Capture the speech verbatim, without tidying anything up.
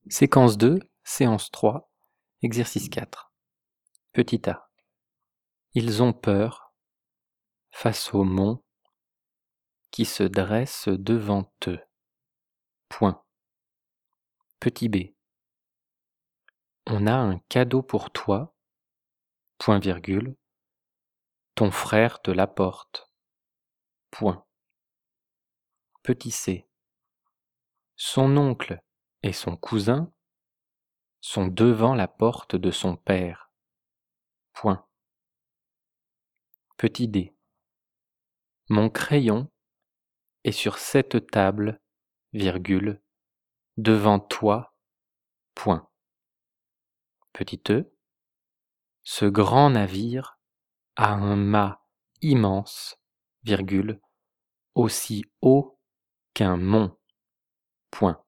Séquence deux, séance trois, exercice quatre. Petit a. Ils ont peur face au mont qui se dresse devant eux. Point. Petit b. On a un cadeau pour toi, point virgule, ton frère te l'apporte. Point. Petit c. Son oncle et son cousin sont devant la porte de son père. Point. Petit d. Mon crayon est sur cette table, virgule, devant toi, point. Petit e. Ce grand navire a un mât immense, virgule, aussi haut qu'un mont, point.